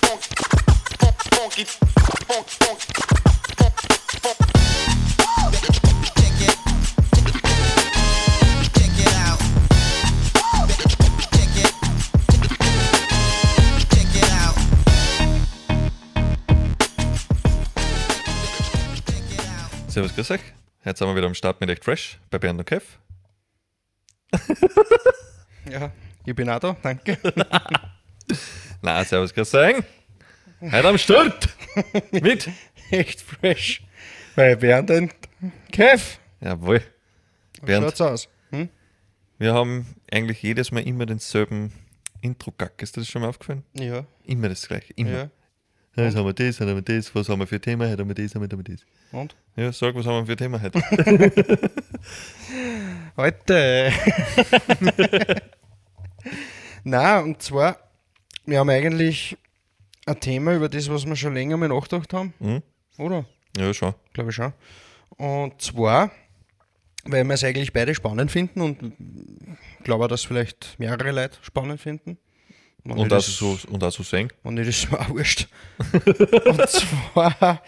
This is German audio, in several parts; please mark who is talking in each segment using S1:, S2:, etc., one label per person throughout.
S1: Servus, grüß euch. Heute sind wir wieder am Start mit Echt Fresh bei Bernd und Kev.
S2: Ja, ich bin auch da, danke.
S1: Na, servus, grüß euch. Heute am Start mit
S2: Echt Fresh bei Bernd und Kev.
S1: Jawohl.
S2: Wie
S1: Bernd,
S2: schaut's aus? Hm?
S1: wir haben eigentlich jedes Mal immer denselben Intro-Gack. Ist dir das schon mal aufgefallen?
S2: Ja,
S1: Immer das gleiche. Immer.
S2: ja.
S1: Jetzt haben wir das, heute haben wir das. Was haben wir für ein Thema? Heute haben wir das, heute haben wir das.
S2: Und?
S1: Ja, sag, was haben wir für ein Thema heute?
S2: Heute. Na, und zwar, wir haben eigentlich ein Thema über das, was wir schon länger mal nachgedacht haben,
S1: Mhm.
S2: oder?
S1: Ja, schon.
S2: Glaube ich schon. Und zwar, weil wir es eigentlich beide spannend finden und glaube auch, dass vielleicht mehrere Leute spannend finden. Wenn
S1: Und
S2: ich
S1: auch so singen.
S2: Und nicht, ist mir auch wurscht. Und zwar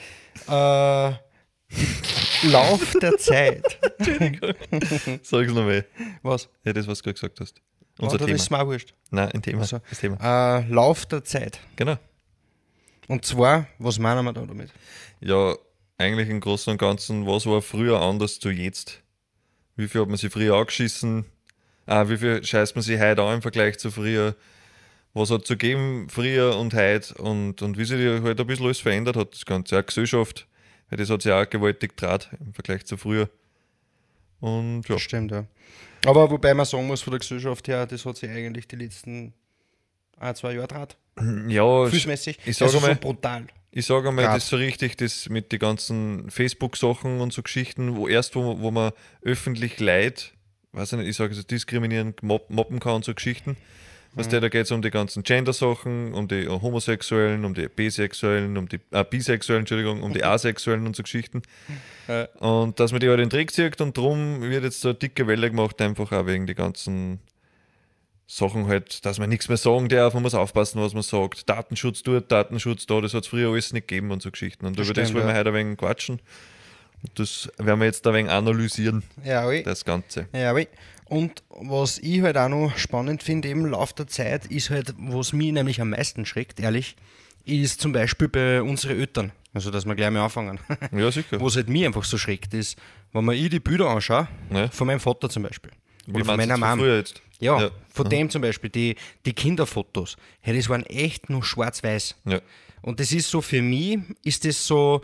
S2: Lauf der Zeit.
S1: Sag's nochmal.
S2: Was?
S1: Ja, das, was du gerade gesagt hast. Unser
S2: Oder
S1: Thema.
S2: ist mir auch wurscht.
S1: Nein, ein Thema.
S2: Also,
S1: Das Thema.
S2: Lauf der Zeit.
S1: Genau.
S2: Und zwar, was meinen wir da damit?
S1: Ja, eigentlich im Großen und Ganzen, was war früher anders zu jetzt? Wie viel hat man sich früher angeschissen? Wie viel scheißt man sich heute an im Vergleich zu früher? Was hat es zu geben früher und heute? Und wie sich halt ein bisschen alles verändert hat, das Ganze. Auch Gesellschaft, weil das hat sich auch gewaltig draht im Vergleich zu früher. Und ja,
S2: Das stimmt, ja. Aber wobei man sagen muss, von der Gesellschaft her, das hat sich eigentlich die letzten 1-2 Jahre draht.
S1: ja
S2: Gefühlsmäßig.
S1: ich sag
S2: also
S1: einmal-
S2: so brutal.
S1: ich sage einmal,
S2: Grad.
S1: das ist so richtig, das mit den ganzen Facebook-Sachen und so Geschichten, wo man öffentlich Leid, weiß ich nicht, ich sage so diskriminieren, mobben kann und so Geschichten. Da geht es um die ganzen Gender-Sachen, um die Homosexuellen, um die Bisexuellen, um die Bisexuellen, Entschuldigung, um die Asexuellen und so Geschichten. Und dass man die halt in den Dreck zieht und darum wird jetzt so eine dicke Welle gemacht, einfach auch wegen die ganzen Sachen halt, dass man nichts mehr sagen darf, man muss aufpassen, was man sagt. Datenschutz dort, Datenschutz da, das hat es früher alles nicht gegeben und so Geschichten. Und über das
S2: stimmt,
S1: wollen wir
S2: ja.
S1: heute ein wenig quatschen. Und das werden wir jetzt ein wenig analysieren,
S2: Ja, oi.
S1: das Ganze.
S2: Ja, oi. Und was ich halt auch noch spannend finde, im Lauf der Zeit, ist halt, was mich nämlich am meisten schreckt, ehrlich, ist zum Beispiel bei unseren Eltern. Also, dass wir gleich mal anfangen.
S1: Ja, sicher.
S2: Was halt mich einfach so schreckt, ist, wenn man die Bilder anschaue,
S1: Ja.
S2: von meinem Vater zum Beispiel.
S1: Wie
S2: Oder von
S1: meinst du
S2: meiner
S1: das von
S2: Mom.
S1: früher jetzt?
S2: Ja, von dem zum Beispiel, die Kinderfotos, hey, das waren echt nur schwarz-weiß.
S1: Ja.
S2: Und das ist so, für mich ist das so,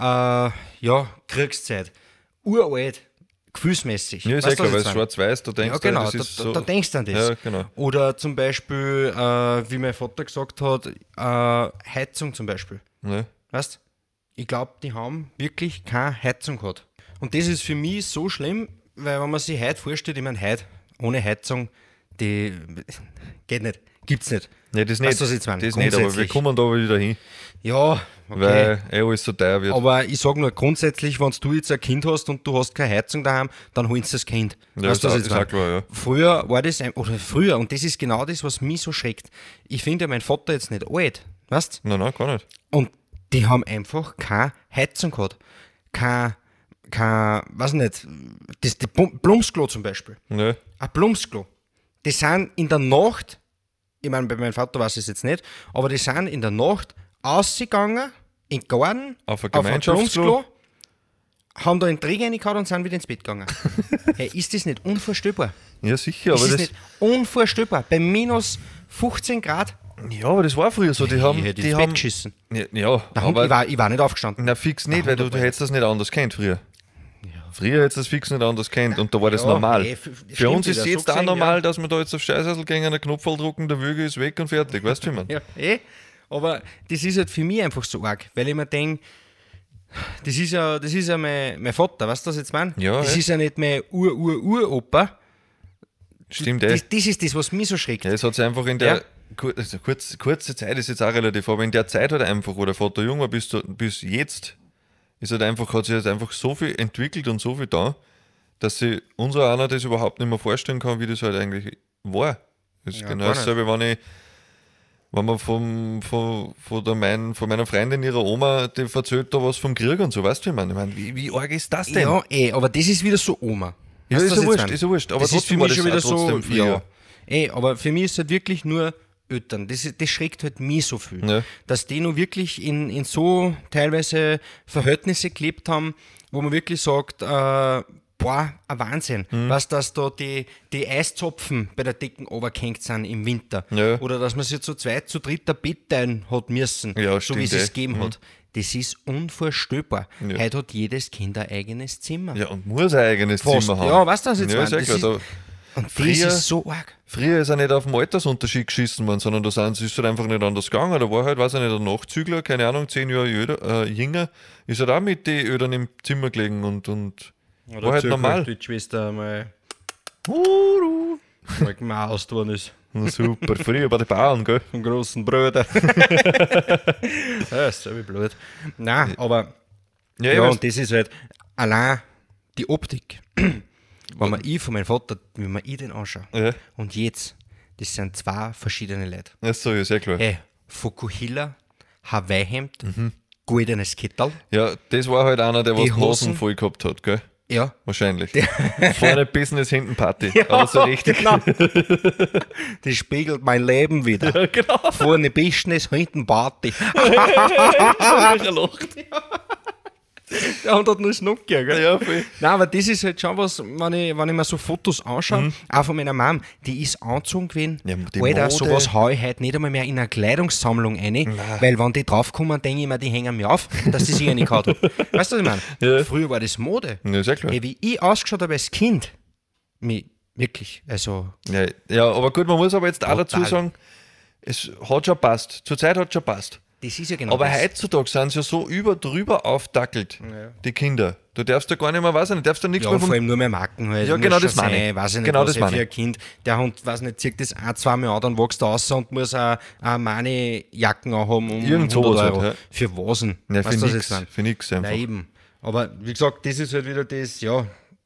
S2: Kriegszeit. Uralt, gefühlsmäßig.
S1: Ja, ist
S2: Weißt du,
S1: klar,
S2: was
S1: weil
S2: ich
S1: es
S2: meine?
S1: schwarz-weiß, da denkst
S2: Ja, genau,
S1: du, das ist so.
S2: da denkst du an das.
S1: Ja, genau.
S2: Oder zum Beispiel, wie mein Vater gesagt hat, Heizung zum Beispiel.
S1: Ja.
S2: Weißt, ich glaube, die haben wirklich keine Heizung gehabt. Und das ist für mich so schlimm, weil wenn man sich heute vorstellt, ich meine, heute ohne Heizung, die geht nicht, gibt's nicht.
S1: Nee, das nicht.
S2: Weißt du, was ich jetzt meine?
S1: Das nicht, aber wir
S2: Grundsätzlich.
S1: kommen da wieder hin,
S2: Ja, okay.
S1: weil alles so teuer wird.
S2: Aber ich sage nur grundsätzlich, wenn du jetzt ein Kind hast und du hast keine Heizung daheim, dann holst du das Kind.
S1: Ja,
S2: Weißt du, was ich
S1: ist
S2: jetzt
S1: auch
S2: meine?
S1: klar, ja.
S2: Früher war das, und das ist genau das, was mich so schreckt. Ich finde ja mein Vater jetzt nicht alt, weißt du?
S1: Nein, gar nicht.
S2: Und die haben einfach keine Heizung gehabt. Kein weiß nicht, das Plumpsklo zum Beispiel.
S1: Ja.
S2: Ein Plumpsklo. Die sind in der Nacht, ich meine, bei meinem Vater weiß ich es jetzt nicht, aber die sind in der Nacht ausgegangen, in den Garten,
S1: Auf ein
S2: ein
S1: Gemeinschaftsklo.
S2: Plumpsklo, haben da einen Träger reingehauen und sind wieder ins Bett gegangen. Hey, ist das nicht unvorstellbar?
S1: Ja, sicher,
S2: Ist
S1: aber
S2: das
S1: das.
S2: nicht unvorstellbar? Bei minus 15 Grad,
S1: Ja, aber das war früher so. Die haben.
S2: ich hätte
S1: Die
S2: ins
S1: haben
S2: Bett geschissen.
S1: ja,
S2: Da
S1: aber.
S2: ich war nicht aufgestanden.
S1: Na, fix nicht, weil du
S2: 100%.
S1: hättest das nicht anders kennt früher. Früher hättest du das fix nicht anders kennt und da war das
S2: Ja,
S1: normal.
S2: stimmt
S1: Für uns ist
S2: wieder,
S1: es
S2: so
S1: jetzt auch
S2: gesehen,
S1: normal,
S2: ja.
S1: dass wir da jetzt auf Scheißhassel gehen, einen Knopf drucken, der Wüge ist weg und fertig. Weißt du, wie man?
S2: Ja, aber das ist halt für mich einfach so arg, weil ich mir denke, das ist ja mein Vater, weißt du, was ich jetzt meine?
S1: Ja,
S2: das
S1: eh.
S2: ist ja nicht mein Uropa.
S1: Stimmt,
S2: Das ist das, was mich so schreckt.
S1: Ja, es hat sich einfach in der kurze Zeit ist jetzt auch relativ, aber in der Zeit halt einfach, wo der Vater jung war, bis jetzt, ist halt einfach, hat sich halt einfach so viel entwickelt und so viel da, dass sich unser einer das überhaupt nicht mehr vorstellen kann, wie das halt eigentlich war. Das ist
S2: Ja,
S1: genau
S2: gar
S1: dasselbe, wenn ich Wenn man von meiner Freundin, ihrer Oma, die erzählt da was vom Krieg und so, weißt du, ich meine, wie arg ist das denn?
S2: Ja, aber das ist wieder so Oma.
S1: Ja,
S2: Weißt
S1: ist
S2: du,
S1: ja
S2: was
S1: wurscht,
S2: ich
S1: ist ja wurscht. Aber
S2: das ist für
S1: trotzdem war
S2: mich
S1: das
S2: schon wieder
S1: auch trotzdem
S2: so,
S1: früher.
S2: ja. Aber für mich ist halt wirklich nur Eltern. Das schreckt halt mich so viel.
S1: Ja.
S2: Dass die nur wirklich in so teilweise Verhältnisse gelebt haben, wo man wirklich sagt, ein Wahnsinn. Was, dass da die Eiszapfen bei der Decken runtergehängt sind im Winter.
S1: Ja.
S2: Oder dass man sich zu zweit, zu dritt ein Bett teilen hat müssen,
S1: Ja,
S2: so
S1: stimmt,
S2: wie es es
S1: eh.
S2: gegeben hat. Das ist unvorstellbar.
S1: Ja.
S2: Heute hat jedes Kind ein eigenes Zimmer.
S1: Ja, und muss ein eigenes
S2: Fast.
S1: Zimmer haben.
S2: Ja, weißt du, was ich jetzt
S1: ja,
S2: meine?
S1: ist ja
S2: Das
S1: klar.
S2: ist- Und
S1: Früher-
S2: das ist so arg.
S1: Früher ist er nicht auf den Altersunterschied geschissen worden, sondern da ist halt einfach nicht anders gegangen. Da war halt, weiß ich nicht, ein Nachzügler, keine Ahnung, 10 Jahre jünger, ist halt auch mit den Ödern im Zimmer gelegen und war halt normal.
S2: Die Schwester mal
S1: Uru.
S2: gemaust worden ist.
S1: Na super, früher bei den Bauern, gell?
S2: Vom großen Bruder. Ja, ist so wie blöd. Nein, aber
S1: Ja,
S2: ja,
S1: ich
S2: und das ist halt allein die Optik. Wenn man von meinem Vater, wenn man den anschaue,
S1: Ja.
S2: und jetzt, das sind zwei verschiedene Leute.
S1: Das so, ja, sehr klar.
S2: Hey, Fukuhila, Hawaii-Hemd, goldenes Kittel.
S1: Ja, das war halt einer, der was
S2: Die
S1: die
S2: Hosen-
S1: Hosen voll gehabt hat, gell?
S2: Ja.
S1: Wahrscheinlich. Vorne Business, hinten Party. Aber so richtig.
S2: Genau. Das spiegelt mein Leben wieder.
S1: Ja, genau.
S2: Vorne Business, hinten Party. Ja, und hat nur das Nokia, gell?
S1: Ja, voll.
S2: Nein, aber das ist halt schon was, wenn ich mir so Fotos anschaue, auch von meiner Mom, die ist angezogen gewesen.
S1: Ja, die
S2: Alter,
S1: Mode.
S2: sowas hau ich heute nicht einmal mehr in eine Kleidungssammlung rein, weil wenn die draufkommen, denke ich mir, die hängen mir auf, dass die sich reingehauen hat. Weißt du, was ich meine?
S1: Ja.
S2: Früher war das Mode.
S1: Ja, sehr klar.
S2: Ey, wie ich ausgeschaut habe als Kind, wirklich, also,
S1: Ja, aber gut, man muss aber jetzt auch
S2: Total.
S1: dazu sagen, es hat schon passt. Zur Zeit hat es schon passt.
S2: das ist ja genau
S1: Aber
S2: das.
S1: heutzutage sind sie ja so drüber aufdackelt, die Kinder. Du darfst ja gar nicht mehr, weiß ich nicht, darfst du nichts
S2: Ja,
S1: mehr
S2: vor
S1: vom...
S2: allem nur mehr Marken halt.
S1: Ja,
S2: Muss
S1: genau
S2: schon
S1: das meine ich.
S2: sein, weiß ich nicht,
S1: Genau
S2: was
S1: das
S2: für
S1: meine
S2: ein Kind, der Hund, weiß nicht, zieht das ein, 2 Mal an, dann wächst er raus und muss eine Mani-Jacken anhaben um
S1: Irgend
S2: 100
S1: sowas
S2: Euro.
S1: halt, ja.
S2: Für was denn?
S1: Ja, für
S2: Weißt du, was ich
S1: nix,
S2: jetzt meine?
S1: für nix einfach.
S2: Nein, eben. Aber wie gesagt, das ist halt wieder das, ja,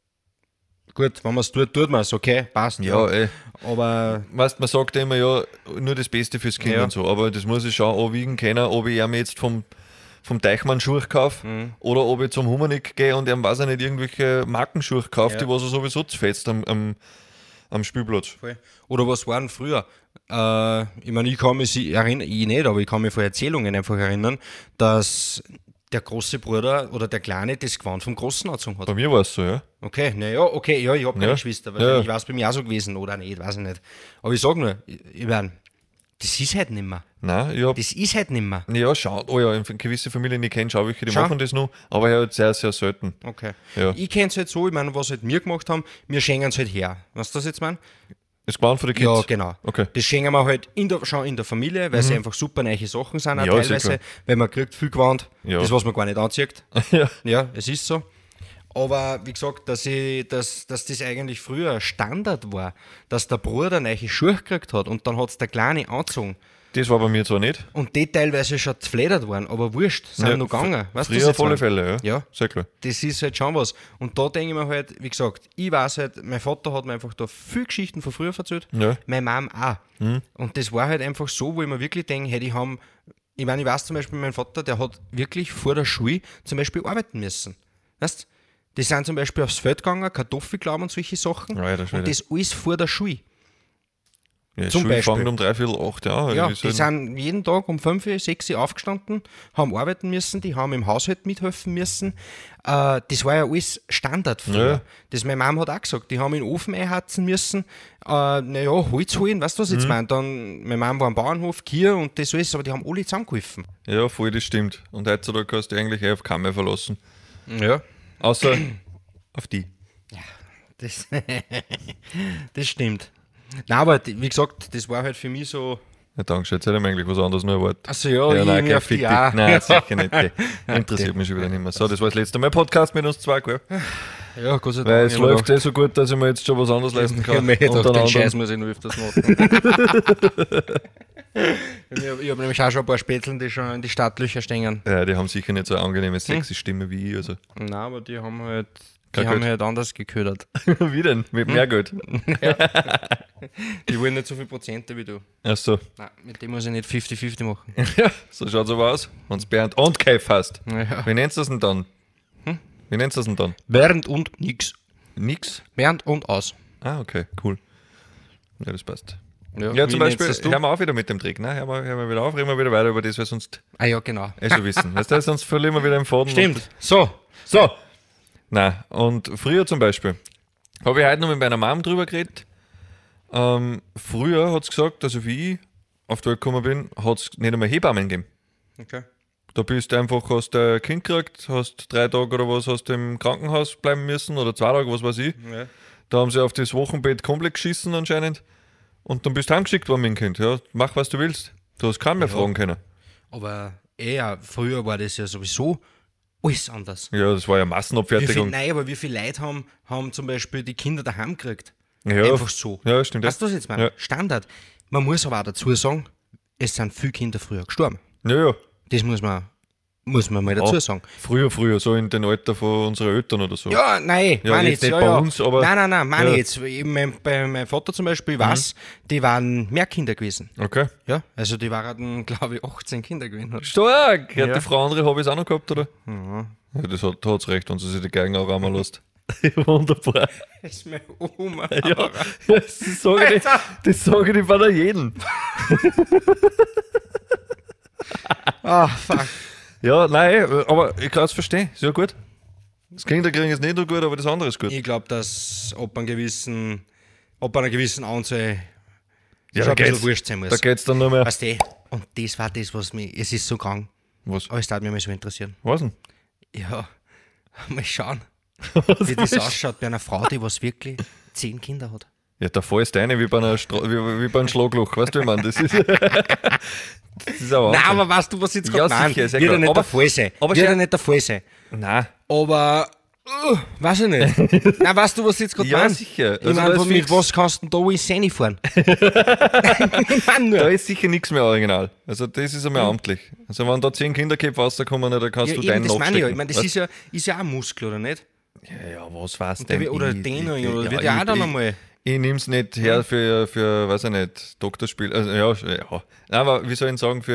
S2: gut, wenn man es tut man es, okay, passt.
S1: Ja, ey.
S2: Aber
S1: Weißt, man sagt ja immer, ja, nur das Beste fürs Kind
S2: Ja.
S1: und so, aber das muss ich schon abwiegen können, ob ich ihm jetzt vom Deichmann Schuhe kaufe oder ob ich zum Humanik gehe und ihm, weiß ich nicht, irgendwelche Markenschuhe kaufe,
S2: Ja.
S1: die was er sowieso zufetzt am Spielplatz.
S2: voll. Oder was war denn früher? Ich meine, ich kann mich erinnern, ich nicht, aber ich kann mich von Erzählungen einfach erinnern, dass der große Bruder oder der Kleine das Gewand vom Großen angezogen hat.
S1: Bei mir war es so, ja.
S2: Okay, naja, okay, ja, ich habe keine
S1: Ja.
S2: Geschwister,
S1: Ja.
S2: wahrscheinlich war es bei mir auch so gewesen oder nicht, weiß ich nicht. Aber ich sage nur, ich meine, das ist halt nicht mehr.
S1: Nein, ich hab,
S2: Das ist halt nicht mehr.
S1: ja, schau, oh ja, in gewisse Familien, die ich kenne, schau welche, die
S2: Schau.
S1: machen das noch, aber halt sehr, sehr selten.
S2: Okay.
S1: Ja.
S2: Ich kenne es halt so, ich meine, was halt wir gemacht haben, wir schenken es halt her. Weißt du das jetzt, mein?
S1: Das Gewand für die Kids?
S2: Ja, genau.
S1: Okay.
S2: Das schenken wir halt schon in der Familie, weil sie einfach super neue Sachen sind, auch
S1: Ja, sehr
S2: teilweise,
S1: klar.
S2: weil man kriegt viel Gewand,
S1: Ja.
S2: das, was man gar nicht anzieht.
S1: Ja.
S2: Ja, es ist so. Aber wie gesagt, dass das eigentlich früher Standard war, dass der Bruder neue Schuhe gekriegt hat und dann hat es der Kleine angezogen.
S1: Das war bei mir zwar nicht.
S2: Und die teilweise schon zerfledert waren, aber wurscht, sind
S1: Ja,
S2: noch gegangen. Weißt du,
S1: Früher
S2: was
S1: auf alle
S2: jetzt meine?
S1: Fälle, ja.
S2: Ja.
S1: Sehr klar.
S2: Das ist halt schon was. Und da denke ich mir halt, wie gesagt, ich weiß halt, mein Vater hat mir einfach da viel Geschichten von früher erzählt,
S1: Ja.
S2: meine Mom auch. Und das war halt einfach so, wo ich mir wirklich denke, hey, die haben, ich meine, ich weiß zum Beispiel, mein Vater, der hat wirklich vor der Schule zum Beispiel arbeiten müssen. Weißt du? Die sind zum Beispiel aufs Feld gegangen, Kartoffel glauben und solche Sachen.
S1: Alter Schwede.
S2: Und das alles vor der Schule.
S1: Ja,
S2: Zum
S1: Schule
S2: Beispiel.
S1: fangen um 3, 4, 8, ja.
S2: Ja,
S1: das
S2: die
S1: ist halt-
S2: sind jeden Tag um 5, 6 aufgestanden, haben arbeiten müssen, die haben im Haushalt mithelfen müssen. Das war ja alles Standard früher.
S1: Ja.
S2: Das meine Mom hat auch gesagt, die haben in den Ofen einheizen müssen, naja, Holz holen, weißt du, was ich jetzt meine? Dann, meine Mom war am Bauernhof, hier und das alles, aber die haben alle zusammengeholfen.
S1: Ja, voll, das stimmt. Und heutzutage kannst du dich eigentlich auf keinen mehr verlassen.
S2: Ja.
S1: Außer auf die.
S2: Das, das stimmt. Nein, aber wie gesagt, das war halt für mich so.
S1: Ja, danke, jetzt hätte ich mir eigentlich was anderes noch erwartet.
S2: Also ja, ich
S1: nein,
S2: mir auf
S1: fick
S2: die
S1: dich.
S2: auch.
S1: Nein, sicher nicht. Okay. Interessiert mich schon wieder nicht mehr. So, das war das letzte Mal Podcast mit uns zwei, gell?
S2: Ja, Gott sei Dank.
S1: Weil es
S2: ich hab mir
S1: läuft so gut, dass ich mir jetzt schon was anderes leisten
S2: Ich
S1: kann.
S2: habe mir gedacht,
S1: Unter
S2: den
S1: anderem-
S2: Scheiß muss ich noch öfters machen. Ich habe nämlich auch schon ein paar Spätzeln, die schon in die Startlöcher stehen.
S1: Ja, die haben sicher nicht so eine angenehme, sexy Stimme wie ich. Also.
S2: Nein, aber die haben halt. Die
S1: Kein
S2: haben
S1: Geld.
S2: halt anders geködert.
S1: Wie denn? Mit mehr Geld?
S2: Die wollen nicht so viel Prozente wie du.
S1: Achso.
S2: Nein, mit dem muss ich nicht 50-50 machen.
S1: Ja, so schaut's aber aus. Wenn's Bernd und Kev hast.
S2: Ja.
S1: Wie nennst du das denn dann? Wie nennst du das denn dann?
S2: Bernd und nix.
S1: Nix?
S2: Bernd und aus.
S1: Ah, okay, cool. Ja, das passt.
S2: Ja,
S1: Ja,
S2: wie
S1: zum
S2: nennst
S1: Beispiel,
S2: das du?
S1: hören wir auf wieder mit dem Trick, ne? Hören wir wieder auf, reden wir wieder weiter über das, was wir sonst
S2: Ah ja, genau.
S1: schon wissen. Weißt du, sonst verlieren wir wieder im Faden.
S2: Stimmt. So.
S1: So. Nein, und früher zum Beispiel, habe ich heute noch mit meiner Mom drüber geredet. Früher hat es gesagt, also wie ich auf die Welt gekommen bin, hat es nicht einmal Hebammen gegeben.
S2: Okay.
S1: Da bist du einfach, hast ein Kind gekriegt, hast 3 Tage oder was, hast im Krankenhaus bleiben müssen oder 2 Tage, was weiß ich.
S2: Ja.
S1: Da haben sie auf das Wochenbett komplett geschissen anscheinend. Und dann bist du heimgeschickt worden mit dem Kind. Ja, mach, was du willst. Du hast keinen mehr fragen können.
S2: Aber eher, früher war das ja sowieso alles anders.
S1: Ja, das war ja Massenabfertigung.
S2: Nein, aber wie viele Leute haben zum Beispiel die Kinder daheim gekriegt?
S1: Ja.
S2: Einfach so.
S1: Ja, stimmt.
S2: Weißt du, was ich jetzt meine?
S1: Ja.
S2: Standard. Man muss aber auch dazu sagen, es sind viele Kinder früher gestorben.
S1: Ja, ja.
S2: Das muss man mal dazu sagen.
S1: Früher, so in den Alter von unseren Eltern oder so.
S2: Ja, nein,
S1: Ja,
S2: meine
S1: jetzt
S2: jetzt.
S1: nicht
S2: Ja,
S1: bei
S2: ja.
S1: uns, aber-
S2: Nein, meine
S1: Ja.
S2: jetzt. Bei meinem Vater zum Beispiel, was, die waren mehr Kinder gewesen.
S1: Okay.
S2: Ja, also die waren, glaube ich, 18 Kinder gewesen.
S1: Stark! Hat
S2: Ja.
S1: die Frau andere Hobbys auch noch gehabt, oder? Ja, das hat's recht, wenn sie sich die Geigen auch einmal lässt. Wunderbar.
S2: Das ist meine Oma.
S1: Ja, das sage ich, das sag ich bei jedem.
S2: Ah, fuck.
S1: Ja, nein, aber ich kann es verstehen. Ist ja gut. Das Kinderkriegen ist nicht nur gut, aber das andere ist gut.
S2: Ich glaube, dass ab einer gewissen Anzahl
S1: Ja,
S2: schon ein bisschen
S1: geht's-
S2: wurscht sein
S1: Da
S2: muss.
S1: geht's dann nur mehr.
S2: Weißt du, und das war das, was mich, es ist so krank,
S1: Was?
S2: aber es darf mich mal so interessieren.
S1: Was denn?
S2: Ja, mal schauen,
S1: Was
S2: wie das
S1: ist-
S2: ausschaut bei einer Frau, die was wirklich 10 Kinder hat.
S1: Ja, da fällst du rein wie bei, wie bei einem Schlagloch. Weißt du, wie man das ist? Das ist auch
S2: Nein,
S1: Wahnsinn.
S2: aber weißt du, was jetzt
S1: Ja,
S2: gerade meine?
S1: sicher, ist ja
S2: Wird ja
S1: klar.
S2: nicht
S1: Aber-
S2: der Fall sein.
S1: aber
S2: Wird ja
S1: schau-
S2: nicht der Fall sein.
S1: Nein.
S2: Aber, weiß ich nicht. Nein, weißt du, was ich jetzt gerade
S1: Ja,
S2: meine?
S1: sicher.
S2: Ich
S1: Also da
S2: meine,
S1: ist
S2: von mit
S1: fix-
S2: was kannst du denn da alles reinfahren? Ich meine nur.
S1: Da ist sicher nichts mehr original. Also das ist einmal amtlich. Also wenn da 10 Kinderköpfe rauskommen, dann kannst
S2: Ja,
S1: du deinen
S2: eben, das meine ich ja.
S1: nachstecken.
S2: Ich meine, das
S1: Weißt-
S2: ist ja auch ein Muskel, oder nicht?
S1: ja, was weißt
S2: Der
S1: denn?
S2: wird- oder
S1: ich?
S2: Dehnung, oder wird ja auch dann einmal.
S1: Ich nehme es nicht her für, weiß ich nicht, Doktorspiel. Also, ja. Nein, aber wie soll ich denn sagen,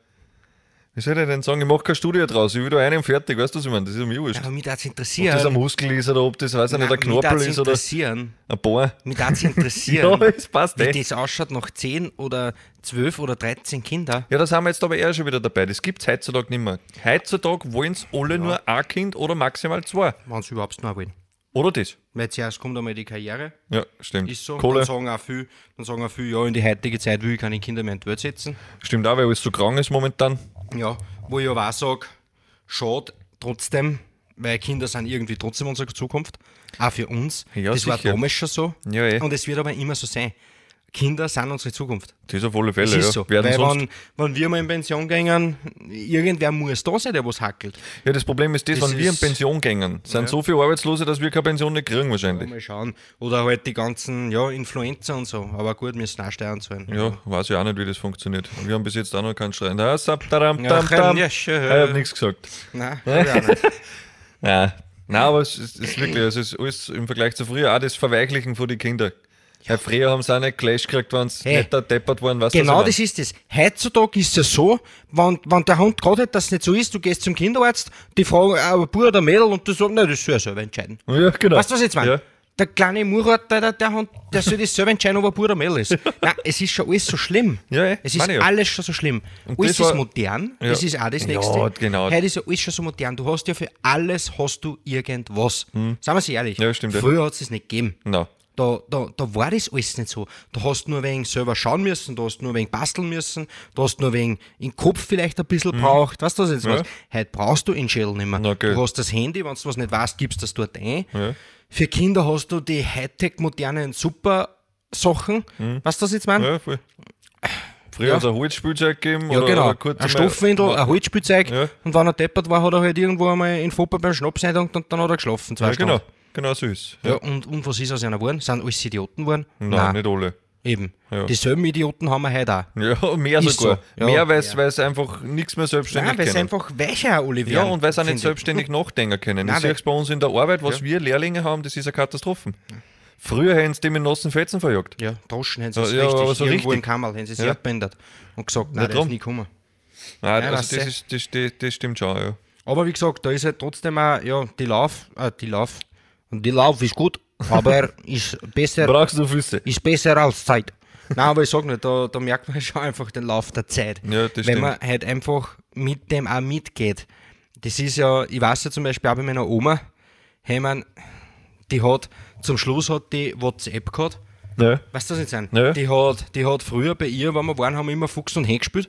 S1: wie soll ich denn sagen, ich mache keine Studie draus. Ich will da einen fertig, weißt du, was ich meine? Das ist mir wurscht.
S2: Ja, aber mich darf es
S1: Ob
S2: interessieren.
S1: das ein Muskel ist oder ob das, weiß ich nicht, ein Knorpel ist oder
S2: interessieren.
S1: ein Bohr.
S2: Mich darf es interessieren,
S1: Ja, es passt
S2: wie
S1: eh.
S2: das ausschaut nach 10 oder 12 oder 13 Kindern.
S1: Ja, da sind wir jetzt aber eher schon wieder dabei. Das gibt es heutzutage nicht mehr. Heutzutage wollen es alle nur ein Kind oder maximal 2.
S2: Wenn sie überhaupt noch wollen.
S1: Oder das.
S2: Weil zuerst kommt einmal die Karriere,
S1: Ja, stimmt.
S2: ist so.
S1: Kohle.
S2: Dann sagen auch viele, ja, in die heutige Zeit will ich keine Kinder mehr in die Welt setzen.
S1: Stimmt auch, weil alles so krank ist momentan.
S2: Ja, wo ich aber auch sage, schade trotzdem, weil Kinder sind irgendwie trotzdem unsere Zukunft. Auch für uns.
S1: Ja,
S2: das war
S1: sicher.
S2: damals schon so.
S1: Ja, eh.
S2: Und es wird aber immer so sein. Kinder sind unsere Zukunft.
S1: Das auf alle Fälle,
S2: Das ist
S1: ja.
S2: so.
S1: Werden
S2: Weil
S1: sonst,
S2: wenn wir mal in Pension gehen, irgendwer muss da sein, der was hackelt.
S1: ja, das Problem ist das,
S2: Das
S1: wenn wir in
S2: ist-
S1: Pension gehen, sind
S2: Ja.
S1: so viele Arbeitslose, dass wir keine Pension nicht kriegen wahrscheinlich.
S2: Mal schauen. Oder halt die ganzen Influencer und so. Aber gut, müssen auch Steuern zahlen.
S1: Ja, weiß ich auch nicht, wie das funktioniert. Wir haben bis jetzt auch noch keinen Schreien. Ja,
S2: Ja, schön.
S1: Ich habe nichts gesagt.
S2: Nein, hab ich auch nicht.
S1: Nein, aber es ist wirklich, also es ist alles im Vergleich zu früher auch das Verweichlichen von den Kindern. Ja. Früher haben sie auch nicht Clash gekriegt, wenn sie
S2: Hey.
S1: nicht da deppert waren, was
S2: Genau das ist es. Heutzutage ist es ja so, wenn der Hund gerade hat, dass es nicht so ist, du gehst zum Kinderarzt, die fragen, ein Bub oder ein Mädel und du sagst, nein, das soll er selber entscheiden.
S1: Ja, genau.
S2: Weißt du, was ich jetzt meine?
S1: Ja.
S2: Der kleine Murat, der Hund, der soll das selber entscheiden, ob er Bub oder Mädel ist. Nein, es ist schon alles so schlimm.
S1: Ja,
S2: es ist
S1: meine ich ja.
S2: alles schon so schlimm.
S1: Und
S2: Alles
S1: das
S2: ist
S1: war-
S2: modern,
S1: Ja.
S2: das ist auch das
S1: Ja,
S2: Nächste.
S1: genau.
S2: Heute ist ja alles schon so modern. Du hast ja für alles hast du irgendwas. Sagen wir es ehrlich.
S1: Ja, stimmt, ja.
S2: Früher hat es das nicht gegeben.
S1: No.
S2: Da war das alles nicht so. Du hast nur wegen selber schauen müssen, du hast nur wegen basteln müssen, du hast nur wegen im Kopf vielleicht ein bisschen braucht. Weißt du, was ich jetzt
S1: Ja.
S2: was? Heute brauchst du in Schädel nicht mehr.
S1: Na, okay.
S2: Du hast das Handy, wenn du was nicht weißt, gibst das dort ein.
S1: Ja.
S2: Für Kinder hast du die Hightech-modernen Super-Sachen. Weißt du, was ich jetzt meine?
S1: Ja, voll. Früher
S2: Ja.
S1: hat es ein Holzspielzeug gegeben.
S2: Ja,
S1: oder,
S2: genau.
S1: Oder kurz
S2: Ein
S1: einmal-
S2: Stoffwindel, ein Holzspielzeug.
S1: Ja.
S2: Und wenn er deppert war, hat er halt irgendwo einmal in Fopper beim Schnaps eingedankt und dann hat er geschlafen. 2
S1: Ja,
S2: Stunden.
S1: genau. Genau so ist.
S2: Ja, und was ist aus einer geworden? Sind alles Idioten geworden?
S1: Nein, nicht alle.
S2: Eben.
S1: Ja.
S2: Dieselben Idioten haben wir heute auch.
S1: Ja, mehr
S2: Ist
S1: sogar.
S2: so. Ja.
S1: Mehr, weil es einfach nichts mehr selbstständig
S2: Nein, weil sie
S1: können.
S2: einfach weicher alle
S1: Ja,
S2: werden.
S1: und weil sie auch nicht
S2: finde ich.
S1: selbstständig nachdenken können.
S2: Nein,
S1: Ich sehe es bei uns in der Arbeit, was wir Lehrlinge haben, das ist eine Katastrophe. Früher hätten sie die mit nassen Fetzen verjagt.
S2: Ja, Taschen haben sie es
S1: Ja,
S2: richtig.
S1: aber so
S2: Irgendwo
S1: richtig.
S2: im Kammerl haben sie es
S1: Ja.
S2: abgeändert und gesagt, nein,
S1: Ja,
S2: der
S1: drum.
S2: ist nie gekommen.
S1: Nein,
S2: Ja,
S1: also
S2: weißt
S1: das stimmt schon, ja.
S2: Aber wie gesagt, da ist halt trotzdem auch, ja, die Lauf ist gut, aber ist besser,
S1: Brauchst du Füße?
S2: ist besser als Zeit. Nein, aber ich sag nicht, da merkt man schon einfach den Lauf der Zeit.
S1: Ja, das
S2: Wenn
S1: stimmt.
S2: man halt einfach mit dem auch mitgeht. Das ist ja, ich weiß ja zum Beispiel auch bei meiner Oma, hey man, zum Schluss hat die WhatsApp gehabt.
S1: Ja.
S2: Weißt du, was ich sagen?
S1: Ja.
S2: Die hat früher bei ihr, wenn wir waren, haben wir immer Fuchs und Hen gespielt.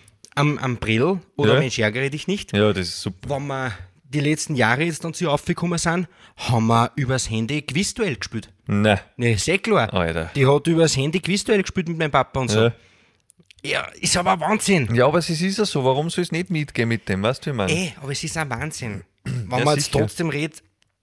S2: Am Brill oder
S1: Ja.
S2: Mensch, ärgere dich nicht.
S1: Ja, das ist super.
S2: Wenn wir die letzten Jahre jetzt dann zu aufgekommen sind, haben wir übers Handy Quizduell gespielt.
S1: Nein.
S2: Ne, ist eh klar.
S1: Alter.
S2: Die hat übers Handy Quizduell gespielt mit meinem Papa und so.
S1: Ja.
S2: Ja, ist aber ein Wahnsinn.
S1: Ja, aber es ist ja so, warum soll es nicht mitgehen mit dem, weißt du, wie ich meine?
S2: Aber es ist ein Wahnsinn. Wenn
S1: Ja,
S2: man jetzt
S1: sicher.
S2: trotzdem redet,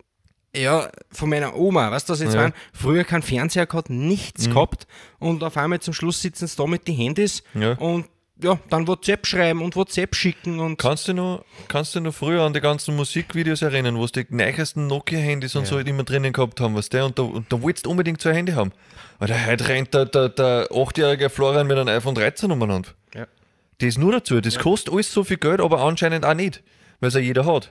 S2: ja, von meiner Oma, weißt du, was jetzt
S1: Ja.
S2: waren? Früher kein Fernseher gehabt, nichts gehabt und auf einmal zum Schluss sitzen sie da mit den Handys
S1: Ja.
S2: und ja, dann WhatsApp schreiben und WhatsApp schicken und
S1: Kannst du noch früher an die ganzen Musikvideos erinnern, wo sie die neuesten Nokia-Handys und so halt immer drinnen gehabt haben, weißt du? Und da wolltest du unbedingt so ein Handy haben. Alter, heute rennt der 8-jährige Florian mit einem iPhone 13 umeinander.
S2: ja.
S1: Das nur dazu. Das kostet alles so viel Geld, aber anscheinend auch nicht, weil es ja jeder hat.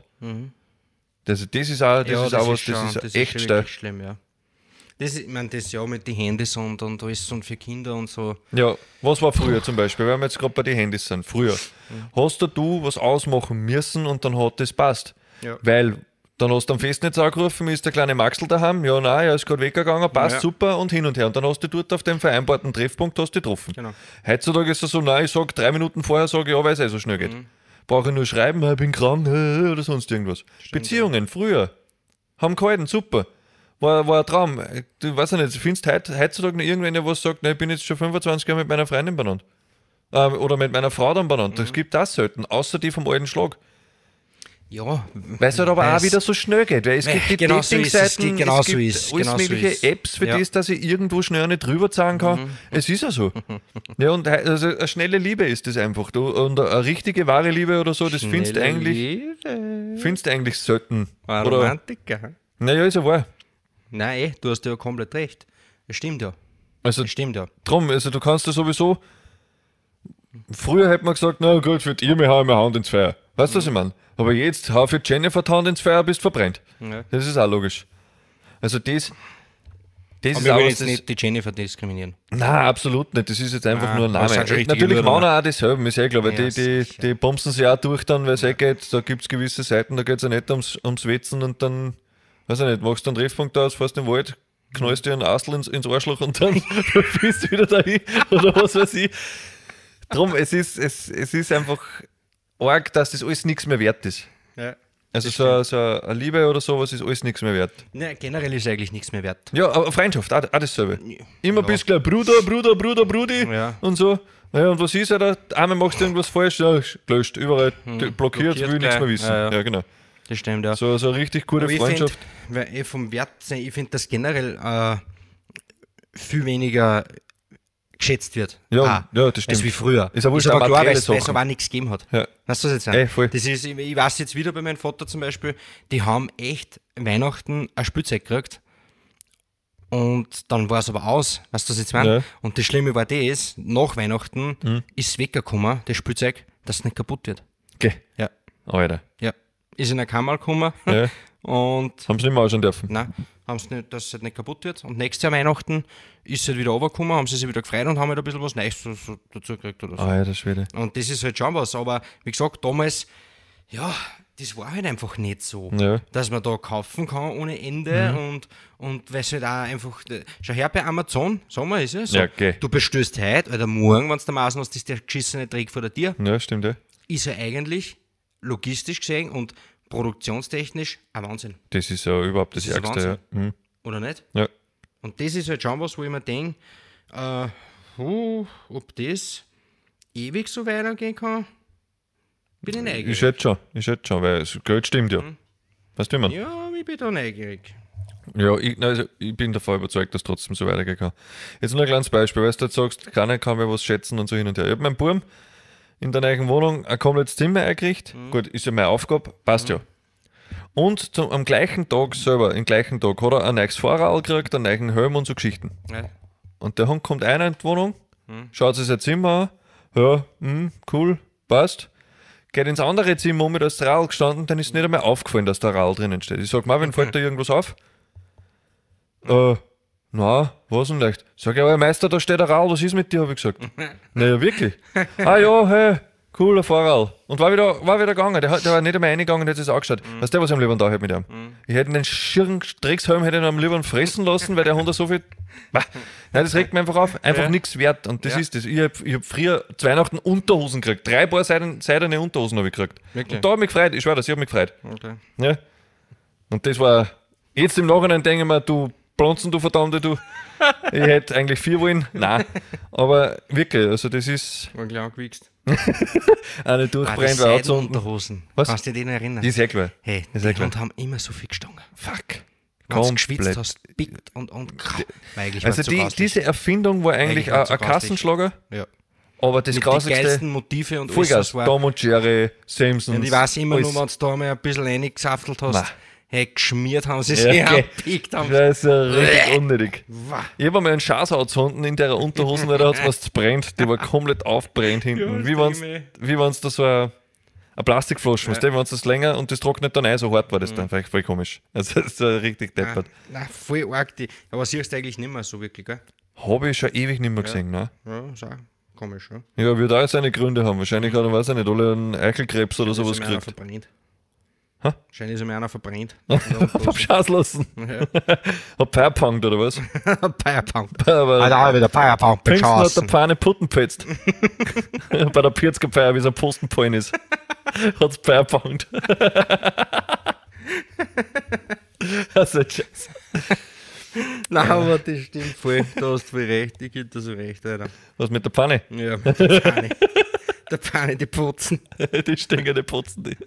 S1: Das ist auch, das ist echt
S2: schon
S1: steil.
S2: wirklich schlimm, ja. Ich meine, das ja mit den Handys und alles und für Kinder und so.
S1: Ja, was war früher zum Beispiel, weil wir jetzt gerade bei den Handys sind? Früher hast du was ausmachen müssen und dann hat das passt.
S2: Ja.
S1: Weil dann hast du am Festnetz angerufen, ist der kleine Maxl daheim, ja, nein, er ist gerade weggegangen, passt
S2: Ja.
S1: super und hin und her. Und dann hast du dort auf dem vereinbarten Treffpunkt hast du getroffen.
S2: Genau.
S1: Heutzutage ist es so, nein, ich sage 3 Minuten vorher, sage ja, weil es so schnell geht. Brauche ich nur schreiben, ich bin krank oder sonst irgendwas. Beziehungen, früher, haben gehalten, super. War ein Traum. Du weißt ja nicht, findest heutzutage noch irgendwen, der was sagt, ich bin jetzt schon 25 Jahre mit meiner Freundin benannt. Oder mit meiner Frau dann benannt. Das gibt das selten, außer die vom alten Schlag.
S2: Ja,
S1: Weil es halt aber auch
S2: weil's-
S1: wieder so schnell geht. Weil es gibt die
S2: genau so ist es,
S1: Dating-Seiten,
S2: genau
S1: es
S2: so
S1: gibt
S2: ist,
S1: alles
S2: genau so
S1: mögliche
S2: ist.
S1: Apps, für
S2: Ja.
S1: das, dass ich irgendwo schnell nicht drüber zahlen kann. Es ist ja so. Ja, und also eine schnelle Liebe ist das einfach. Und eine richtige, wahre Liebe oder so, das findest du eigentlich selten.
S2: Ein
S1: Oder,
S2: Romantiker.
S1: naja, ist ja wahr.
S2: Nein, du hast ja komplett recht. Das stimmt ja.
S1: Also
S2: Das stimmt ja.
S1: drum, also du kannst ja sowieso. Früher hätte man gesagt, na gut, für ihr, wir hauen meine Hand ins Feuer. Weißt du, was ich meine? Aber jetzt, hau für Jennifer die Hand ins Feuer, bist verbrennt.
S2: Ja.
S1: Das ist auch logisch. Also das
S2: Aber
S1: ist
S2: wir
S1: auch
S2: wollen
S1: was,
S2: jetzt
S1: das,
S2: nicht die Jennifer diskriminieren.
S1: Nein, absolut nicht. Das ist jetzt einfach
S2: Nein,
S1: nur ein
S2: das
S1: Name.
S2: sind schon richtig
S1: Natürlich
S2: Übernahme.
S1: machen auch dasselbe, ist eh klar, weil
S2: Ja,
S1: die
S2: sicher.
S1: bumsen sich auch durch dann, weil es eh geht. Da gibt es gewisse Seiten, da geht es ja nicht ums Wetzen und dann, weiß ich nicht, machst du einen Treffpunkt aus, fährst in den Wald, knallst dir einen Astel ins Arschloch und dann bist du wieder dahin oder was weiß ich. Drum, es ist einfach arg, dass das alles nichts mehr wert ist.
S2: Ja.
S1: Also so eine Liebe oder sowas ist alles nichts mehr wert.
S2: Nein, generell ist eigentlich nichts mehr wert.
S1: Ja, aber Freundschaft, auch dasselbe. Immer
S2: Ja.
S1: bist gleich Bruder, Brudi
S2: Ja.
S1: und so. Ja, und was ist er da? Einmal machst du irgendwas falsch, ja, gelöscht, überall blockiert, will nichts
S2: gleich.
S1: mehr wissen.
S2: Ja,
S1: Ja,
S2: ja.
S1: genau.
S2: Das stimmt, ja.
S1: So eine richtig gute
S2: Aber ich
S1: Freundschaft.
S2: find, weil vom Wert sein, ich finde, dass generell viel weniger geschätzt wird.
S1: Ja, ja, das stimmt.
S2: Als wie früher.
S1: Ist ja wurscht,
S2: aber
S1: auch
S2: klar, weil
S1: materielle
S2: es aber
S1: Sachen.
S2: auch nichts gegeben hat.
S1: Ja.
S2: Weißt du, was ich jetzt sage?
S1: Voll.
S2: Das ist, ich weiß jetzt wieder bei meinem Vater zum Beispiel, die haben echt Weihnachten ein Spielzeug gekriegt und dann war es aber aus. Weißt du, was ich jetzt meine?
S1: Ja.
S2: Und das Schlimme war das, nach Weihnachten ist es weggekommen, das Spielzeug, dass es nicht kaputt wird.
S1: Okay.
S2: Ja.
S1: Alter.
S2: Ja. Ist in eine Kammer gekommen
S1: Ja.
S2: und
S1: Haben sie nicht mehr anschauen dürfen.
S2: nein, haben sie nicht, dass es halt nicht kaputt wird. Und nächstes Jahr Weihnachten ist es halt wieder runtergekommen, haben sie sich wieder gefreut und haben halt ein bisschen was Neues so dazu gekriegt oder so.
S1: Alter Schwede.
S2: Und das ist halt schon was. Aber wie gesagt, damals, ja, das war halt einfach nicht so,
S1: Ja.
S2: dass man da kaufen kann ohne Ende und weil es halt auch einfach, schau her bei Amazon, sagen wir, ist ja so,
S1: Ja, okay.
S2: du bestellst heute oder morgen, wenn du der Maßen hast, ist der geschissene Dreck vor der Tür,
S1: Ja, stimmt, ja.
S2: ist ja eigentlich logistisch gesehen und produktionstechnisch ein Wahnsinn,
S1: Das ist ja überhaupt das
S2: Das ist
S1: Ärgste. Ja.
S2: Wahnsinn. oder nicht?
S1: Ja.
S2: Und das ist halt schon was, wo ich mir denke, ob das ewig so weitergehen kann, bin ich neugierig.
S1: Ich schätze schon, weil das Geld stimmt ja. Weißt du, wie man?
S2: Ja, ich bin da neugierig.
S1: Ja, ich bin davon überzeugt, dass trotzdem so weitergehen kann. Jetzt nur ein kleines Beispiel, weil du jetzt sagst, keiner kann mir was schätzen und so hin und her. Ich habe meinem Buben in der neuen Wohnung ein komplettes Zimmer eingerichtet. Gut, ist ja meine Aufgabe, passt ja. Und am gleichen Tag selber, im gleichen Tag, hat er ein neues Fahrrad gekriegt, einen neuen Helm und so Geschichten.
S2: Ja.
S1: Und der Hund kommt einer in die Wohnung, schaut sich sein Zimmer an, ja, cool, passt. Geht ins andere Zimmer um, da ist das Radl gestanden, dann ist nicht einmal aufgefallen, dass da ein Radl drinnen steht. Ich sag, Marvin, fällt da irgendwas auf? Na, was denn leicht? Sag ich, aber Meister, da steht ein Radl, was ist mit dir, habe ich gesagt. Naja, wirklich? Ja, hey, cooler Fahrrad. Und war wieder gegangen. Der war nicht einmal reingegangen und hat sich das angeschaut. Weißt du, was ich am liebsten da hätte mit ihm? Ich hätte den schirren Dreckshelm hätte ich am liebsten fressen lassen, weil der Hund so viel... Nein, das regt mir einfach auf. Einfach nichts wert. Und das ist das. Ich hab früher zu Weihnachten Unterhosen gekriegt. 3 Paar seidene Unterhosen habe ich gekriegt.
S2: Wirklich?
S1: Und da habe ich mich gefreut. Ich schwöre das, ich habe mich gefreut.
S2: Okay.
S1: Ja. Und das war... Jetzt im Nachhinein denke ich mir, du Blonzen, du Verdammte, du... Ich hätte eigentlich 4 wollen. Nein. Aber wirklich, also das ist...
S2: War klar gewichst.
S1: Eine durchbrennt, weil auch so...
S2: Unterhosen.
S1: Was?
S2: Kannst du dich nicht erinnern?
S1: Die ist klar.
S2: Hey,
S1: ist
S2: die
S1: klar.
S2: Hunde haben immer so viel gestunken.
S1: Fuck.
S2: Ganz
S1: Komplett.
S2: geschwitzt, hast pickt und eigentlich
S1: Also
S2: war's so grauslich.
S1: diese Erfindung war eigentlich
S2: Eigentlich war's
S1: ein
S2: so grauslich.
S1: Kassenschlager,
S2: Ja.
S1: aber das
S2: Mit den
S1: Grausigste...
S2: geilsten Motive und alles,
S1: Vollgas,
S2: was war.
S1: Tom und Jerry, Simpsons...
S2: Und ich weiß immer
S1: alles.
S2: nur, wenn du da mal ein bisschen reingesaftelt hast,
S1: Nein.
S2: hey, geschmiert haben sie
S1: Ja,
S2: sich
S1: okay.
S2: angepickt haben.
S1: Das ist ja richtig unnötig.
S2: Wah.
S1: Ich habe einmal einen Schaßhaut gefunden in der Unterhosen, weil da hat es was gebrennt. Die war komplett aufbrennt hinten.
S2: Ja,
S1: wie wenn es da so ein Plastikflaschen, weißt du, wenn es das länger und das trocknet dann ein, so hart war das dann, vielleicht voll komisch. Also das ist richtig deppert.
S2: Nein, voll arg. Aber siehst du eigentlich nicht mehr so wirklich, gell?
S1: Habe ich schon ewig nicht mehr gesehen, ne?
S2: Ja, ist auch komisch, ja.
S1: Ja, wird auch seine Gründe haben. Wahrscheinlich hat er, weiß ich nicht, alle einen Eichelkrebs oder sowas
S2: Ist mir einer
S1: gekriegt.
S2: verbrannt.
S1: Hä?
S2: Wahrscheinlich ist mir einer verbrannt.
S1: Hab Schaß lassen.
S2: Ja.
S1: Hab Feierpunkt oder was?
S2: Feierpunkt.
S1: Aber
S2: Alter, wieder Feierpunkt
S1: Pfingsten hat der
S2: beschossen.
S1: Pfanne Putten gepetzt. Bei der 40er-Feier, wie so ein Postenpollen ist. Hat's Feierpunkt. Das ist scheiße.
S2: Nein, aber das stimmt voll. Da hast du voll recht. Ich gebe dir so recht, Alter.
S1: Was mit der Pfanne?
S2: Ja, mit der Pfanne. Der Pfanne, die putzen.
S1: Die stinkende Putzen. Die.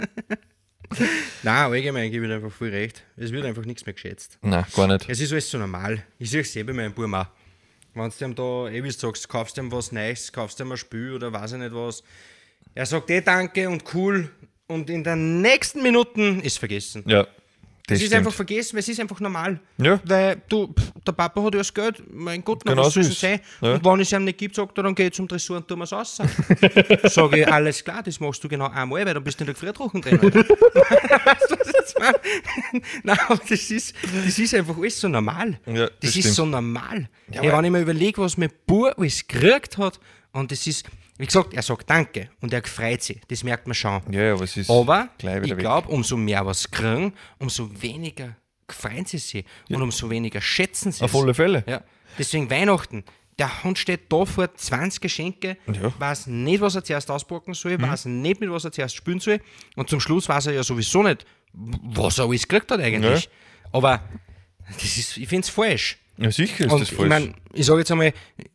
S2: Nein, allgemein gebe ich dir einfach voll recht. Es wird einfach nichts mehr geschätzt.
S1: Nein, gar nicht.
S2: Es ist alles so normal. Ich sehe es bei meinem Buben auch. Wenn du ihm da, wie du sagst, kaufst du ihm was Neues, kaufst du ihm ein Spiel oder weiß ich nicht was. Er sagt danke und cool und in den nächsten Minuten ist vergessen.
S1: Ja, das
S2: Es ist
S1: stimmt.
S2: einfach vergessen, weil es ist einfach normal.
S1: Ja.
S2: Weil der Papa hat ja das Geld, mein Gott, na,
S1: Genau
S2: was soll
S1: so
S2: es
S1: ist.
S2: sein?
S1: Ja.
S2: Und wenn es ihm nicht gibt, sagt er, dann geh zum Tresor und tun wir es aus. Sage ich, alles klar, das machst du genau einmal, weil dann bist du nicht gefriertrocken drin. Weißt du, was ich jetzt meine? Nein, aber das ist einfach alles so normal.
S1: Ja, das
S2: ist
S1: stimmt.
S2: so normal.
S1: Ja,
S2: Hey,
S1: aber-
S2: wenn ich mir überlege, was mein Bub alles gekriegt hat, und das ist, wie gesagt, er sagt Danke und er freut sich, das merkt man schon.
S1: Ja, aber es ist
S2: Aber
S1: gleich wieder
S2: ich
S1: weg.
S2: glaube, umso mehr was kriegen, umso weniger freuen sie sich und umso weniger schätzen sie
S1: Auf alle Fälle.
S2: Ja. Deswegen Weihnachten. Der Hund steht da vor 20 Geschenke,
S1: Ja.
S2: weiß nicht, was er zuerst auspacken soll, weiß nicht, mit was er zuerst spielen soll. Und zum Schluss weiß er ja sowieso nicht, was er alles gekriegt hat eigentlich. Aber das ist, ich finde es falsch.
S1: Ja, sicher ist
S2: Und
S1: das
S2: ich
S1: falsch.
S2: meine, ich sage jetzt einmal,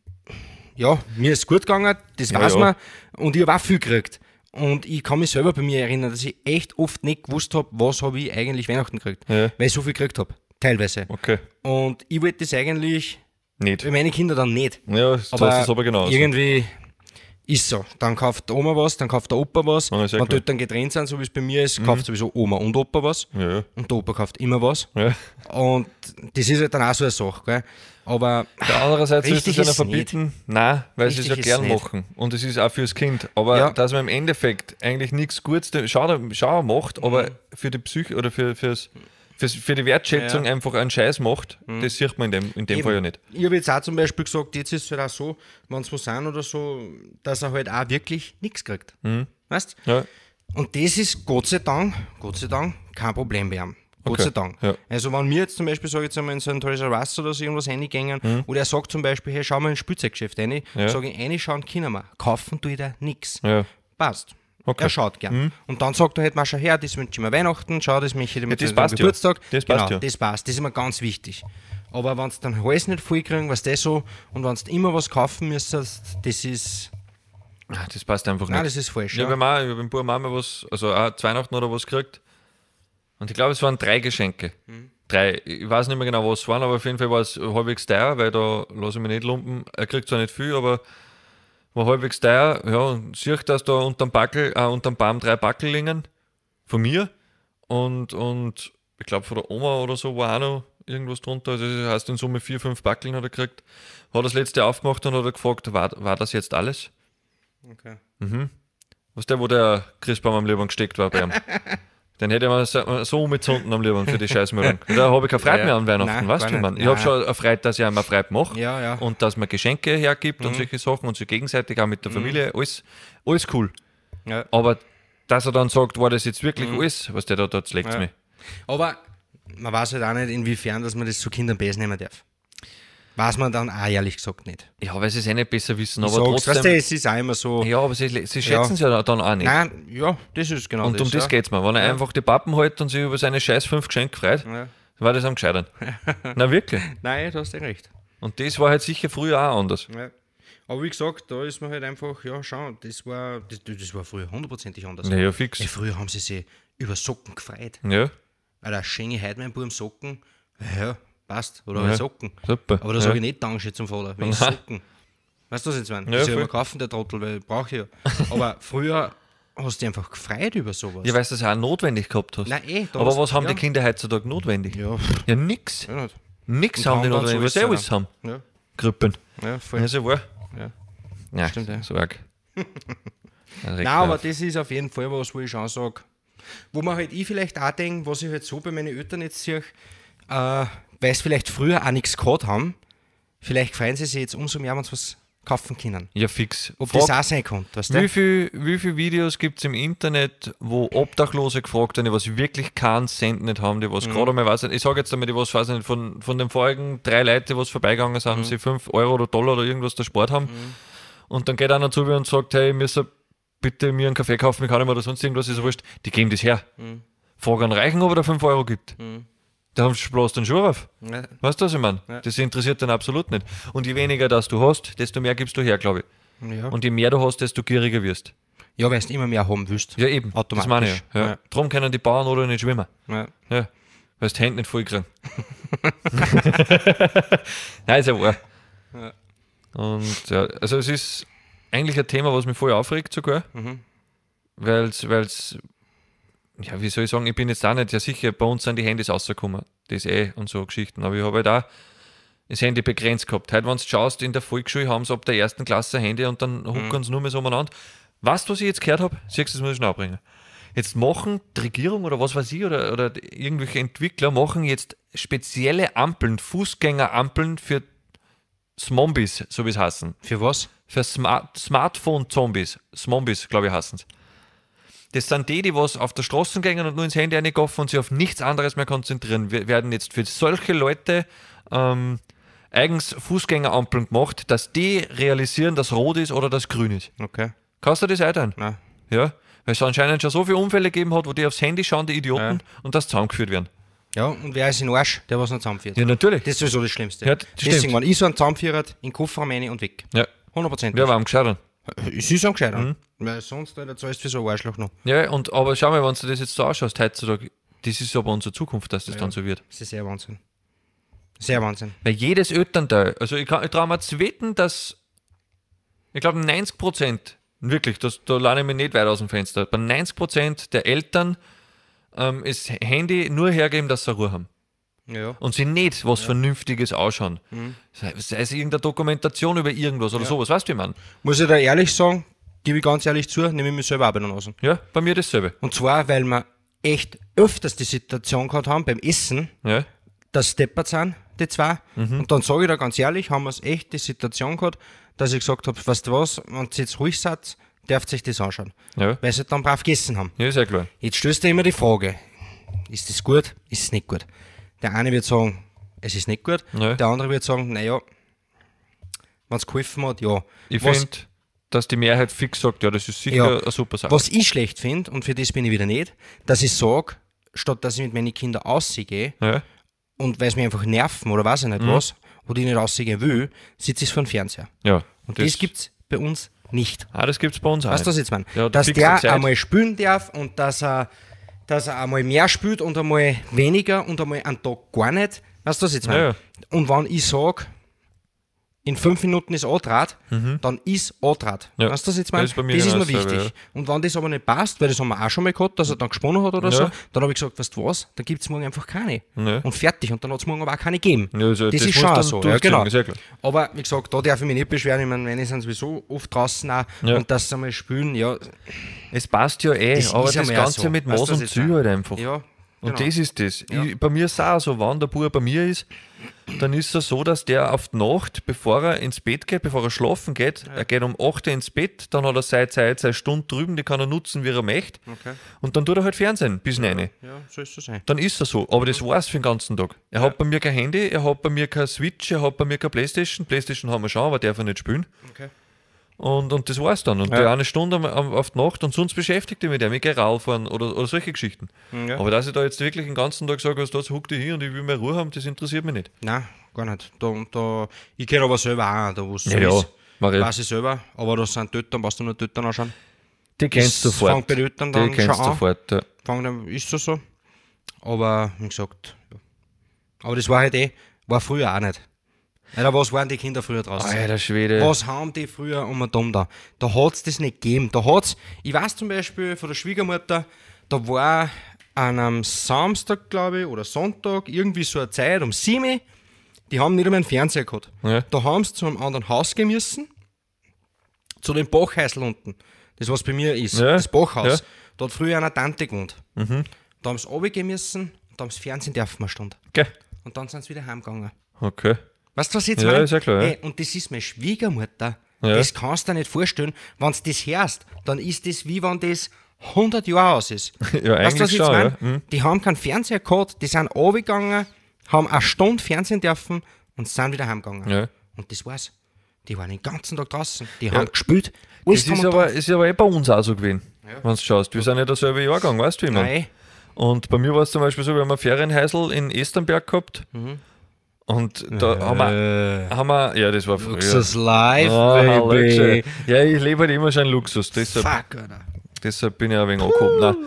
S2: ja, mir ist gut gegangen, das
S1: Ja,
S2: weiß
S1: ja.
S2: man, und ich habe auch viel gekriegt. Und ich kann mich selber bei mir erinnern, dass ich echt oft nicht gewusst habe, was habe ich eigentlich Weihnachten gekriegt,
S1: Ja.
S2: weil ich so viel gekriegt habe, teilweise.
S1: Okay,
S2: Und ich wollte das eigentlich
S1: nicht.
S2: für meine Kinder dann nicht.
S1: Ja, das ist aber genauso.
S2: irgendwie ist so. Dann kauft die Oma was, dann kauft der Opa was.
S1: Ja, ist ja
S2: Wenn die
S1: klar.
S2: Eltern getrennt sind, so wie es bei mir ist, kauft sowieso Oma und Opa was.
S1: Ja,
S2: Und der Opa kauft immer was.
S1: ja.
S2: Und das ist halt dann auch so eine Sache. Gell? Aber
S1: Ja, andererseits willst du
S2: richtig
S1: es einer
S2: ist es
S1: verbieten? Nein, weil sie es ja
S2: Richtig ist
S1: gern
S2: es nicht.
S1: machen. Und es ist auch fürs Kind. Aber
S2: Ja.
S1: dass man im Endeffekt eigentlich nichts Gutes, schau macht, aber für die Psyche oder für die Wertschätzung einfach einen Scheiß macht, das sieht man in dem Fall ja nicht.
S2: Ich habe jetzt auch zum Beispiel gesagt, jetzt ist es halt auch so, wenn es was sind oder so, dass er halt auch wirklich nichts kriegt. Weißt du?
S1: Ja.
S2: Und das ist Gott sei Dank kein Problem bei ihm. Gott
S1: Okay.
S2: sei Dank.
S1: Ja.
S2: Also wenn wir jetzt zum Beispiel, sage ich jetzt einmal, in so ein Toys R Us oder so irgendwas reingängen oder er sagt zum Beispiel, hey, schau mal ins Spielzeuggeschäft rein,
S1: Ja.
S2: sage ich, reinschauen können wir, kaufen tue ich da nichts.
S1: Ja.
S2: Passt.
S1: Okay.
S2: Er schaut gern. Und dann sagt er halt mal, schau her, das wünsche ich mir Weihnachten, schau, das möchte ich dir mit
S1: das
S2: zum
S1: passt ja.
S2: Geburtstag.
S1: Das
S2: genau,
S1: passt ja.
S2: das passt. Das ist mir ganz wichtig. Aber wenn es dann alles nicht voll kriegen, was das so, und wenn du immer was kaufen müsstest, das ist,
S1: Ah, das passt einfach
S2: nein,
S1: nicht.
S2: das ist falsch.
S1: Ich habe beim Bub mal was, also auch zu Weihnachten oder was gekriegt. Und ich glaube, es waren 3 Geschenke. 3, ich weiß nicht mehr genau, was es waren, aber auf jeden Fall war es halbwegs teuer, weil da lasse ich mich nicht lumpen. Er kriegt zwar nicht viel, aber war halbwegs teuer. Ja, und sieht, dass da unterm Baum 3 Backel liegen von mir und ich glaube von der Oma oder so war auch noch irgendwas drunter. Also das heißt in Summe 4, 5 Backeln hat er gekriegt. Hat das letzte aufgemacht und hat er gefragt, war das jetzt alles?
S2: Okay.
S1: Was der, wo der Christbaum am Lieber gesteckt war bei ihm. Den hätte man so umgezogen am Lieber für die Scheißmeldung. Da habe ich keine Freude mehr an Weihnachten,
S2: Nein,
S1: weißt du,
S2: gar
S1: man.
S2: nicht.
S1: Ich habe schon eine Freude, dass ich einmal Freude mache
S2: Ja.
S1: und dass man Geschenke hergibt und solche Sachen und so gegenseitig auch mit der Familie. Alles cool.
S2: Ja.
S1: Aber dass er dann sagt, war das jetzt wirklich alles, was der da legt mich.
S2: Aber man weiß halt auch nicht, inwiefern, dass man das zu Kindern besser nehmen darf. Weiß man dann auch ehrlich gesagt nicht.
S1: Ja, weil sie es nicht besser wissen, aber
S2: Sag's,
S1: trotzdem.
S2: weißt du, es ist auch immer so.
S1: Ja, aber sie schätzen es ja dann auch nicht.
S2: Nein, ja, das ist genau
S1: und
S2: das.
S1: um das geht es mir. Wenn er einfach die Pappen hält und sich über seine scheiß 5 Geschenke freut, war das am gescheitern. Na wirklich.
S2: Nein, du hast ja recht.
S1: Und das war halt sicher früher auch anders.
S2: Ja. Aber wie gesagt, da ist man halt einfach, ja, schau, das war früher hundertprozentig anders.
S1: Ja, fix.
S2: Früher haben sie sich über Socken gefreut.
S1: Ja,
S2: Weil der schöne heute mein Buben Socken, ja, passt, oder halt Socken.
S1: super.
S2: Aber da sage ich nicht Danke zum Vater, wenn ich Socken. Weißt du, was ich jetzt meine?
S1: Ja,
S2: Das soll
S1: voll.
S2: ich mir kaufen, der Trottel, weil ich brauche ja. Aber früher hast du dich einfach gefreut über sowas.
S1: Ja, weil du das auch notwendig gehabt hast.
S2: Nein, da
S1: aber
S2: hast-
S1: was haben
S2: ja.
S1: die Kinder heutzutage notwendig?
S2: Ja,
S1: Ja, nix.
S2: ja, nicht.
S1: Nix
S2: Und
S1: haben die
S2: haben dann
S1: notwendig. Was
S2: so
S1: sie
S2: alles
S1: alles haben.
S2: Ja,
S1: Grippen.
S2: ja, voll.
S1: Ja, so war.
S2: Ja.
S1: Ja,
S2: Stimmt, ja.
S1: so arg.
S2: Nein, aber das ist auf jeden Fall was, wo ich schon sage, wo man halt vielleicht auch denke, was ich halt so bei meinen Eltern jetzt sehe, weil sie vielleicht früher auch nichts gehabt haben, vielleicht freuen sie sich jetzt umso mehr, wenn sie was kaufen können.
S1: Ja, fix.
S2: Ob
S1: Frag,
S2: das auch sein kann, weißt
S1: wie
S2: du?
S1: viel Videos gibt es im Internet, wo Obdachlose gefragt werden, die was wirklich keinen Cent nicht haben, die was gerade mal, weiß nicht, ich sage jetzt einmal, die was, weiß nicht, von den vorigen 3 Leuten, die was vorbeigegangen sind, sie 5 Euro oder Dollar oder irgendwas der Sport haben. Und dann geht einer zu mir und sagt, hey, ich muss bitte mir einen Kaffee kaufen, ich kann nicht mehr oder sonst irgendwas, ist ja wurscht. Die geben das her. Frag einen Reichen, ob er da 5 Euro gibt. Da haben sie bloß den Schuh auf.
S2: Ja.
S1: Weißt du, was ich meine?
S2: Ja.
S1: Das interessiert dann absolut nicht. Und je weniger das du hast, desto mehr gibst du her, glaube ich.
S2: Ja.
S1: Und je mehr du hast, desto gieriger wirst.
S2: Ja, weil du immer mehr haben willst.
S1: Ja, eben.
S2: Automatisch.
S1: Das meine ich ja.
S2: Ja.
S1: Darum können die Bauern oder nicht schwimmen.
S2: Ja.
S1: Ja. Weil sie die Hände nicht voll kriegen. Nein, ist ja wahr.
S2: Ja.
S1: Und ja, also es ist eigentlich ein Thema, was mich voll aufregt sogar. Weil's, ja, wie soll ich sagen, ich bin jetzt auch nicht, ja sicher, bei uns sind die Handys rausgekommen. Das und so Geschichten. Aber ich habe halt auch das Handy begrenzt gehabt. Heute, wenn du schaust, in der Volksschule haben sie ab der 1. Klasse ein Handy und dann huckern sie nur mehr so umeinander. Weißt du, was ich jetzt gehört habe? Siehst du, das muss ich schnell bringen. Jetzt machen die Regierung oder was weiß ich oder irgendwelche Entwickler machen jetzt spezielle Ampeln, Fußgängerampeln für Zombies, so wie es heißen.
S2: Für was?
S1: Für Smartphone-Zombies. Zombies, glaube ich, heißen es. Das sind die was auf der Straße gehen und nur ins Handy reingaffen und sich auf nichts anderes mehr konzentrieren. Wir werden jetzt für solche Leute eigens Fußgängerampeln gemacht, dass die realisieren, dass rot ist oder dass grün ist.
S2: Okay.
S1: Kannst du das ein?
S2: Nein.
S1: Ja, weil es anscheinend schon so viele Unfälle gegeben hat, wo die aufs Handy schauen, die Idioten, und das zusammengeführt werden.
S2: Ja, und wer ist in Arsch, der was noch zusammenführt?
S1: Ja, natürlich.
S2: Das ist sowieso das Schlimmste.
S1: Ja, das
S2: Deswegen,
S1: stimmt.
S2: wenn ich so einen zusammenführe, in den Kofferraum rein und weg.
S1: Ja,
S2: 100%.
S1: wir waren gescheitert.
S2: Es ist am gescheitert. Weil sonst zahlst du für so ein Arschloch noch.
S1: Ja, aber schau mal, wenn du das jetzt so anschaust, heutzutage, das ist aber unsere Zukunft, dass das dann so wird.
S2: Das ist sehr Wahnsinn. Sehr Wahnsinn.
S1: Weil jedes Elternteil, also ich traue mir zu wetten, dass, ich glaube 90%, wirklich, da lerne ich mich nicht weit aus dem Fenster, bei 90% der Eltern das Handy nur hergeben, dass sie Ruhe haben.
S2: Ja.
S1: Und sie nicht was Vernünftiges ausschauen. Sei es irgendeine Dokumentation über irgendwas oder sowas, weißt du, wie man?
S2: Muss ich da ehrlich sagen, gebe ich ganz ehrlich zu, nehme ich mich selber auch bei den Nasen.
S1: Ja, bei mir dasselbe.
S2: Und zwar, weil wir echt öfters die Situation gehabt haben beim Essen,
S1: Ja,
S2: dass deppert sind, die zwei. Und dann sage ich da ganz ehrlich, haben wir es echt die Situation gehabt, dass ich gesagt habe, weißt du was, wenn ihr jetzt ruhig seid, dürft ihr euch das anschauen.
S1: ja,
S2: Weil sie dann brav gegessen haben.
S1: ja, ist ja klar.
S2: Jetzt stößt dir immer die Frage, ist das gut, ist es nicht gut? Der eine wird sagen, es ist nicht gut,
S1: Ja.
S2: der andere wird sagen, naja, wenn es geholfen hat, ja.
S1: Ich
S2: Was-
S1: finde, dass die Mehrheit fix sagt, ja, das ist sicher
S2: Ja.
S1: eine super Sache.
S2: Was ich schlecht finde, und für das bin ich wieder nicht, dass ich sage, statt dass ich mit meinen Kindern rausgehe
S1: Ja,
S2: und weil es mich einfach nerven oder weiß ich nicht was, wo ich nicht rausgehen will, sitze ich vor dem Fernseher.
S1: ja.
S2: Und das gibt es bei uns nicht.
S1: Das gibt es bei uns auch.
S2: Weißt du, was ich jetzt meine?
S1: Ja,
S2: dass
S1: fixe
S2: der
S1: Zeit.
S2: einmal spielen darf und dass er dass er einmal mehr spielt und einmal weniger und einmal einen Tag gar nicht. Weißt du, was ich jetzt meine?
S1: Ja.
S2: Und wenn ich sage, in 5 Minuten ist A-Draht, dann ist A-Draht.
S1: Ja.
S2: Weißt du, was ich jetzt meine?
S1: Das ist bei mir
S2: Das ist
S1: genau
S2: mir
S1: dasselbe,
S2: wichtig. Und wenn das aber nicht passt, weil das haben wir auch schon mal gehabt, dass er dann gesponnen hat oder
S1: Ja.
S2: so, dann habe ich gesagt, weißt du was, dann gibt es morgen einfach keine.
S1: Ja.
S2: Und fertig. Und dann hat es morgen aber auch keine gegeben.
S1: Ja, also
S2: das ist
S1: musst
S2: schon
S1: dann
S2: auch so. Ja,
S1: durchziehen,
S2: genau.
S1: ist ja klar.
S2: Aber wie gesagt, da darf ich mich nicht beschweren. Ich meine, meine sind sowieso oft draußen auch.
S1: Ja.
S2: Und dass sie einmal spielen, ja,
S1: Es passt ja
S2: Das
S1: aber
S2: ist
S1: das
S2: einmal auch
S1: Ganze
S2: so.
S1: mit
S2: Weißt du,
S1: Maß
S2: was
S1: und
S2: ich
S1: Ziel
S2: meine?
S1: halt einfach.
S2: ja.
S1: Und
S2: genau.
S1: das ist das.
S2: Ja.
S1: Bei mir ist es auch so, wenn der Bub bei mir ist, dann ist es so, dass der auf die Nacht, bevor er ins Bett geht, bevor er schlafen geht, er geht um 8 Uhr ins Bett, dann hat er seine Zeit, seine Stunde drüben, die kann er nutzen, wie er möchte.
S2: Okay.
S1: Und dann tut er halt Fernsehen bis 9 Uhr.
S2: Ja, so ist es sein.
S1: Dann ist er so. Aber das war's für den ganzen Tag. Er hat bei mir kein Handy, er hat bei mir kein Switch, er hat bei mir keine Playstation. Playstation haben wir schon, aber darf er nicht spielen.
S2: Okay.
S1: Und das war's dann. Und die eine Stunde auf die Nacht und sonst beschäftigt er mit dem. Ich gehe rauffahren oder solche Geschichten.
S2: Ja.
S1: Aber dass ich da jetzt wirklich den ganzen Tag sage, was da huck dich hin und ich will mehr Ruhe haben, das interessiert mich nicht.
S2: Nein, gar nicht. Ich kenne aber selber auch, da wo es so
S1: Ja,
S2: ist.
S1: mach ich.
S2: Weiß ich selber, aber das sind Tötern, brauchst du nur Tötern anschauen.
S1: Die kennst du
S2: Das
S1: sofort.
S2: fängt bei Tötern
S1: Die
S2: dann
S1: kennst
S2: schon
S1: du
S2: an.
S1: sofort, ja.
S2: Dann ist das so. Aber, wie gesagt, ja. Aber das war halt war früher auch nicht. Alter, was waren die Kinder früher draußen?
S1: Alter Schwede.
S2: Was haben die früher um und um da? Da hat es das nicht gegeben. Da hat's, ich weiß zum Beispiel von der Schwiegermutter, da war an einem Samstag, glaube ich, oder Sonntag, irgendwie so eine Zeit um 7 Uhr, die haben nicht einmal einen Fernseher gehabt.
S1: Ja.
S2: Da haben sie zu einem anderen Haus gehen müssen, zu dem Bachhäusl unten, das was bei mir ist,
S1: Ja.
S2: das Bachhaus.
S1: Ja.
S2: Da hat früher eine Tante gewohnt. Da haben sie runtergehen müssen und da haben sie Fernsehen dürfen eine Stunde.
S1: Okay.
S2: Und dann sind sie wieder heimgegangen.
S1: Okay.
S2: Weißt du, was ich jetzt
S1: Ja,
S2: meine?
S1: ist ja klar, ja.
S2: Ey, und das ist meine Schwiegermutter.
S1: Ja.
S2: Das kannst du dir nicht vorstellen. Wenn du das hörst, dann ist das wie wenn das 100 Jahre aus ist.
S1: Ja,
S2: Weißt du, was
S1: eigentlich
S2: ich jetzt
S1: schon,
S2: meine?
S1: ja. Mhm.
S2: Die haben keinen Fernseher gehabt, die sind runtergegangen, haben eine Stunde Fernsehen dürfen und sind wieder heimgegangen.
S1: Ja.
S2: Und das war's. Die waren den ganzen Tag draußen. Die haben gespielt. Alles
S1: Das
S2: drum und
S1: ist aber eh bei uns auch so gewesen, wenn du schaust. Wir sind ja derselbe Jahrgang, weißt du, wie man.
S2: Nein.
S1: Und bei mir war es zum Beispiel so, wir haben ein Ferienhäusl in Esternberg gehabt. Und da haben wir, ja, das war früher.
S2: Luxus Live,
S1: Ah,
S2: Baby.
S1: Luxus. Ja, ich lebe halt immer schon Luxus. Deshalb bin ich auch ein wenig angekommen. Nein.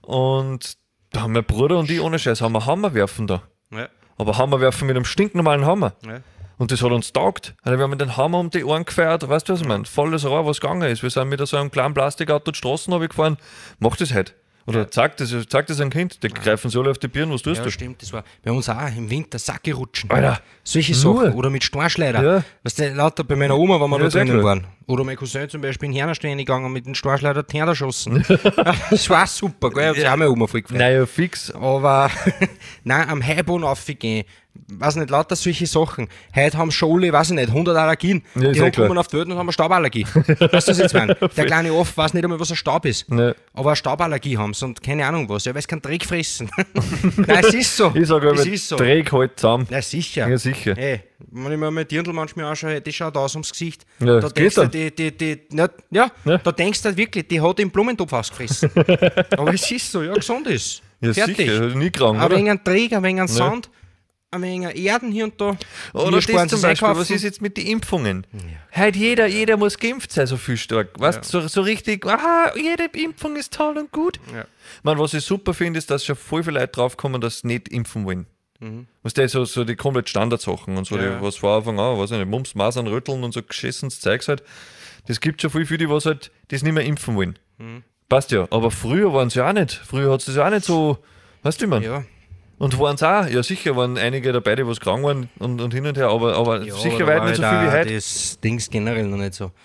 S1: Und da haben mein Bruder und ich ohne Scheiß haben wir Hammerwerfen da.
S2: Ja.
S1: Aber Hammerwerfen mit einem stinknormalen Hammer.
S2: Ja.
S1: Und das hat uns taugt. Also wir haben den Hammer um die Ohren gefeiert. Weißt du, was ich meine? Volles Rohr, was gegangen ist. Wir sind mit so einem kleinen Plastikauto die Straßen gefahren. Mach das halt. Oder zeig das einem Kind. Die greifen so alle auf die Birnen. Was tust
S2: Ja,
S1: du?
S2: stimmt, das war bei uns auch im Winter Sacke rutschen.
S1: Alter,
S2: Solche
S1: nur.
S2: Sachen. Oder mit Stornschleider.
S1: Ja.
S2: Weißt du, lauter bei meiner Oma, wenn wir
S1: Ja,
S2: da
S1: sehr
S2: drinnen
S1: klar.
S2: waren. Oder mein Cousin zum Beispiel in Hernerstein gegangen und mit dem Stornschleider die Hände erschossen. Das war super, gell? Hat sich auch meine Oma voll gefreut.
S1: Naja, fix.
S2: Aber, nein, am Heiboden raufgehen. Weiß nicht, lauter solche Sachen. Heute haben Schule, weiß ich nicht, 100 Allergien.
S1: Ja, ist
S2: die
S1: ja
S2: haben
S1: klar.
S2: kommen auf die Welt und haben eine Stauballergie. Weißt du, was ich jetzt meine? Der kleine Off weiß nicht einmal, was ein Staub ist.
S1: Nee.
S2: Aber eine Stauballergie haben sie und keine Ahnung was. Ja, weil sie keinen Dreck fressen. Nein, es ist so.
S1: Ich sage
S2: es
S1: aber,
S2: ist so.
S1: Dreck halt zusammen.
S2: Na sicher.
S1: Ja, sicher.
S2: Ey, wenn ich mir mein Dirndl manchmal anschaue, die schaut aus ums Gesicht.
S1: Ja,
S2: da
S1: das
S2: denkst
S1: geht
S2: du,
S1: dann.
S2: ja,
S1: Ja.
S2: da denkst du halt wirklich, die hat den Blumentopf ausgefressen. Aber es ist so, ja, gesund ist.
S1: Ja,
S2: Fertig.
S1: sicher. Hat nie krank,
S2: Ein
S1: oder?
S2: wenig ein Träger, ein wenig ein Sand, ein wenig Erden hier und da.
S1: Oder
S2: Wir
S1: das
S2: sparen
S1: zum
S2: sie's
S1: Beispiel,
S2: einkaufen.
S1: was ist jetzt mit den Impfungen? Heute jeder muss geimpft sein, so viel stark. Weißt so richtig, jede Impfung ist toll und gut.
S2: Ja.
S1: Man, was ich super finde, ist, dass schon voll viele Leute draufkommen, dass sie nicht impfen wollen. Was der so die komplett Standardsachen und so,
S2: Ja.
S1: die, was von Anfang an, weiß ich nicht, Mumps, Masern, Röteln und so geschissenes Zeugs halt. Das gibt schon viel für die, was halt das nicht mehr impfen wollen. Passt ja. Aber früher waren sie ja auch nicht. Früher hat es das auch nicht so, weißt du, wie man?
S2: Ja.
S1: Und waren es auch, ja sicher waren einige dabei, die was krank waren und hin und her, aber
S2: Ja,
S1: sicher
S2: aber
S1: weit
S2: da
S1: nicht so
S2: war
S1: viel wie
S2: halt
S1: heute.
S2: Das Dings generell noch nicht so.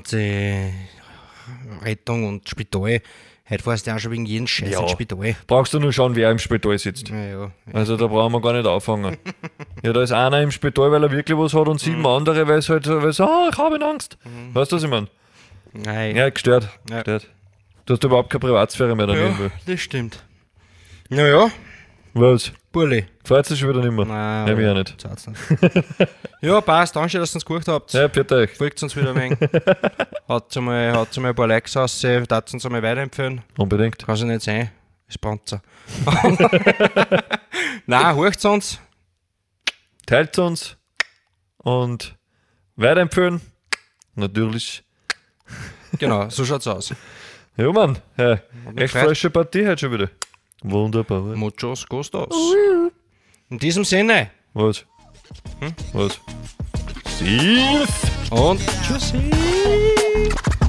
S2: Ganze Rettung und Spital. Heute fährst du auch schon wegen jedem Scheiß
S1: Ja.
S2: ins Spital.
S1: Brauchst du nur schauen, wer im Spital sitzt.
S2: Ja, ja.
S1: Also da brauchen wir gar nicht anfangen. Ja, da ist einer im Spital, weil er wirklich was hat und 7 andere, weil es halt so, ich habe Angst. Weißt du, was ich meine?
S2: Nein.
S1: Ja, gestört.
S2: Ja.
S1: Gestört. Du hast überhaupt keine Privatsphäre mehr dann irgendwo.
S2: Das stimmt. Naja,
S1: Was?
S2: Burli.
S1: Freut sich schon wieder nicht mehr?
S2: Nein,
S1: Ja, mich auch nicht.
S2: Schaut's nicht. Ja, passt. Danke, dass ihr uns geguckt habt.
S1: Ja, bitte euch.
S2: Folgt uns wieder ein wenig. Haut mal ein paar Likes aus, darf uns einmal weiterempfehlen.
S1: Unbedingt.
S2: Kann sich nicht sein. Ist Panzer. Nein, horcht uns.
S1: Teilt uns und weiterempfehlen. Natürlich.
S2: Genau, so schaut's aus.
S1: Ja, Mann. Ja, echt
S2: gefreut.
S1: frische Partie heute schon wieder. Wunderbar.
S2: Muchos gustos. In diesem Sinne.
S1: Was? Was? Silf!
S2: Und tschüssi.